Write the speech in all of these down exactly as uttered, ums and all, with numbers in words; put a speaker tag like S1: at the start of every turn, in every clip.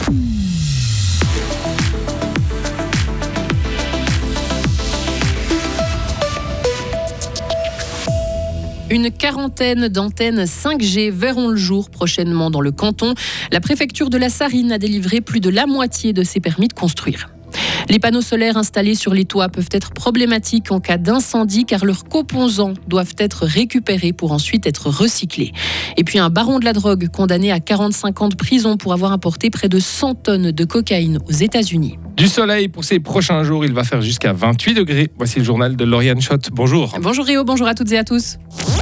S1: Une quarantaine d'antennes cinq G verront le jour prochainement dans le canton. La préfecture de la Sarine a délivré plus de la moitié de ses permis de construire. Les panneaux solaires installés sur les toits peuvent être problématiques en cas d'incendie car leurs composants doivent être récupérés pour ensuite être recyclés. Et puis un baron de la drogue condamné à quarante-cinq ans de prison pour avoir importé près de cent tonnes de cocaïne aux États-Unis.
S2: Du soleil pour ces prochains jours, il va faire jusqu'à vingt-huit degrés. Voici le journal de Lauriane Schott. Bonjour.
S1: Bonjour Rio, bonjour à toutes et à tous.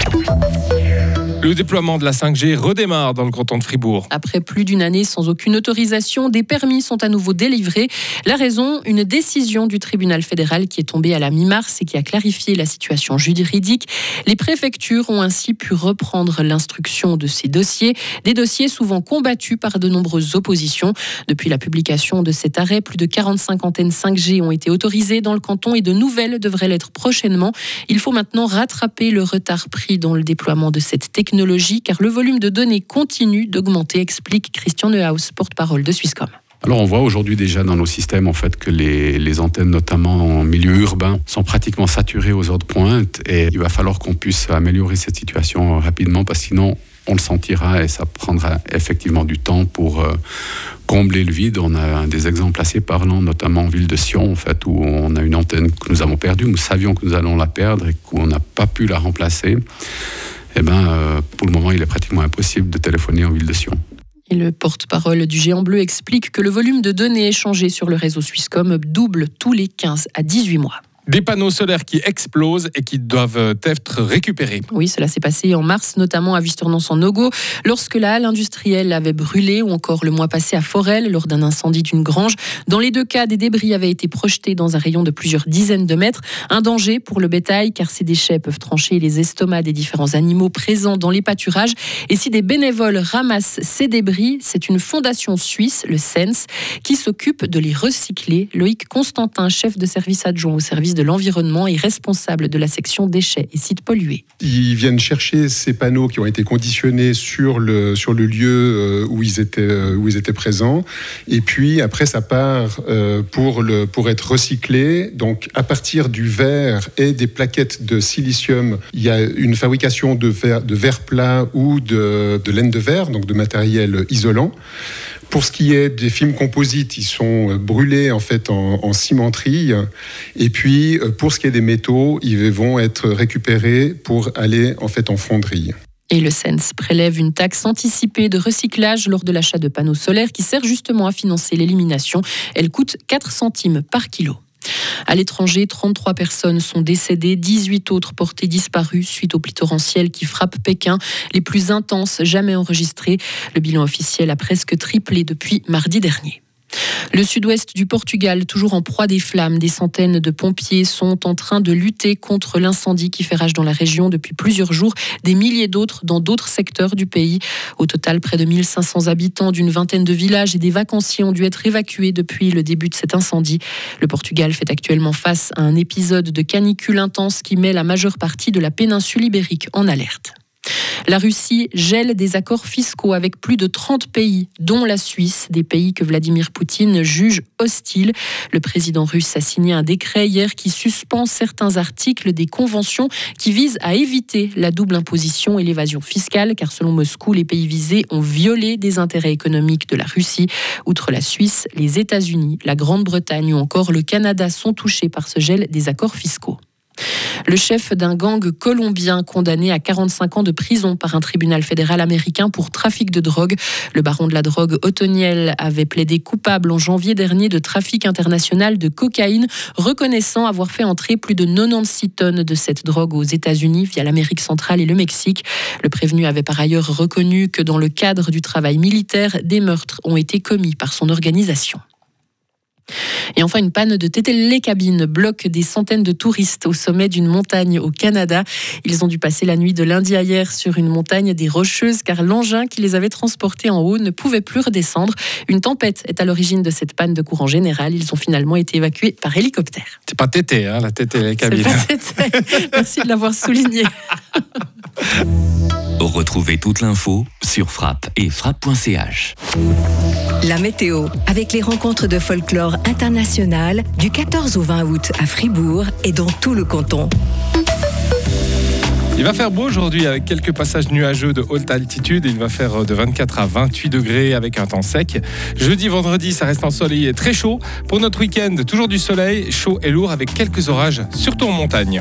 S2: Le déploiement de la cinq G redémarre dans le canton de Fribourg.
S1: Après plus d'une année sans aucune autorisation, des permis sont à nouveau délivrés. La raison, une décision du tribunal fédéral qui est tombée à la mi-mars et qui a clarifié la situation juridique. Les préfectures ont ainsi pu reprendre l'instruction de ces dossiers, des dossiers souvent combattus par de nombreuses oppositions. Depuis la publication de cet arrêt, plus de quarante-cinq antennes cinq G ont été autorisées dans le canton et de nouvelles devraient l'être prochainement. Il faut maintenant rattraper le retard pris dans le déploiement de cette technologie. Car le volume de données continue d'augmenter, explique Christian Neuhaus, porte-parole de Swisscom.
S3: Alors on voit aujourd'hui déjà dans nos systèmes en fait que les, les antennes, notamment en milieu urbain, sont pratiquement saturées aux heures de pointe et il va falloir qu'on puisse améliorer cette situation rapidement parce que sinon on le sentira et ça prendra effectivement du temps pour euh, combler le vide. On a des exemples assez parlants, notamment en ville de Sion, en fait, où on a une antenne que nous avons perdue, nous savions que nous allons la perdre et qu'on n'a pas pu la remplacer. Eh ben, euh, pour le moment, il est pratiquement impossible de téléphoner en ville de Sion.
S1: Et le porte-parole du Géant Bleu explique que le volume de données échangées sur le réseau Swisscom double tous les quinze à dix-huit mois.
S2: Des panneaux solaires qui explosent et qui doivent être récupérés.
S1: Oui, cela s'est passé en mars, notamment à Wisternens-en-Nogo, lorsque la halle industrielle avait brûlé, ou encore le mois passé à Forel, lors d'un incendie d'une grange. Dans les deux cas, des débris avaient été projetés dans un rayon de plusieurs dizaines de mètres. Un danger pour le bétail, car ces déchets peuvent trancher les estomacs des différents animaux présents dans les pâturages. Et si des bénévoles ramassent ces débris, c'est une fondation suisse, le S E N S, qui s'occupe de les recycler. Loïc Constantin, chef de service adjoint au service de l'environnement et responsable de la section déchets et sites pollués.
S4: Ils viennent chercher ces panneaux qui ont été conditionnés sur le, sur le lieu où ils étaient, où ils étaient présents. Et puis après, ça part pour, le, pour être recyclé. Donc à partir du verre et des plaquettes de silicium, il y a une fabrication de verre, de verre plat ou de, de laine de verre, donc de matériel isolant. Pour ce qui est des films composites, ils sont brûlés en fait en, en cimenterie. Et puis, pour ce qui est des métaux, ils vont être récupérés pour aller en fait en fonderie.
S1: Et le S E N S prélève une taxe anticipée de recyclage lors de l'achat de panneaux solaires qui sert justement à financer l'élimination. Elle coûte quatre centimes par kilo. À l'étranger, trente-trois personnes sont décédées, dix-huit autres portées disparues suite aux pluies torrentielles qui frappent Pékin, les plus intenses jamais enregistrées. Le bilan officiel a presque triplé depuis mardi dernier. Le sud-ouest du Portugal, toujours en proie des flammes, des centaines de pompiers sont en train de lutter contre l'incendie qui fait rage dans la région depuis plusieurs jours, des milliers d'autres dans d'autres secteurs du pays. Au total, près de mille cinq cents habitants d'une vingtaine de villages et des vacanciers ont dû être évacués depuis le début de cet incendie. Le Portugal fait actuellement face à un épisode de canicule intense qui met la majeure partie de la péninsule ibérique en alerte. La Russie gèle des accords fiscaux avec plus de trente pays, dont la Suisse, des pays que Vladimir Poutine juge hostiles. Le président russe a signé un décret hier qui suspend certains articles des conventions qui visent à éviter la double imposition et l'évasion fiscale, car selon Moscou, les pays visés ont violé des intérêts économiques de la Russie. Outre la Suisse, les États-Unis, la Grande-Bretagne ou encore le Canada sont touchés par ce gel des accords fiscaux. Le chef d'un gang colombien condamné à quarante-cinq ans de prison par un tribunal fédéral américain pour trafic de drogue. Le baron de la drogue Otoniel avait plaidé coupable en janvier dernier de trafic international de cocaïne, reconnaissant avoir fait entrer plus de quatre-vingt-seize tonnes de cette drogue aux États-Unis via l'Amérique centrale et le Mexique. Le prévenu avait par ailleurs reconnu que dans le cadre du travail militaire, des meurtres ont été commis par son organisation. Et enfin, une panne de télécabine bloque des centaines de touristes au sommet d'une montagne au Canada. Ils ont dû passer la nuit de lundi à hier sur une montagne des Rocheuses car l'engin qui les avait transportés en haut ne pouvait plus redescendre. Une tempête est à l'origine de cette panne de courant général. Ils ont finalement été évacués par hélicoptère.
S2: C'est pas tété, hein, la télécabine.
S1: C'est pas tété. Merci de l'avoir souligné.
S5: Retrouvez toute l'info sur Frappe et frappe point c h.
S6: La météo, avec les rencontres de folklore internationales du quatorze au vingt août à Fribourg et dans tout le canton.
S2: Il va faire beau aujourd'hui avec quelques passages nuageux de haute altitude. Il va faire de vingt-quatre à vingt-huit degrés avec un temps sec. Jeudi, vendredi, ça reste ensoleillé et très chaud. Pour notre week-end, toujours du soleil, chaud et lourd avec quelques orages, surtout en montagne.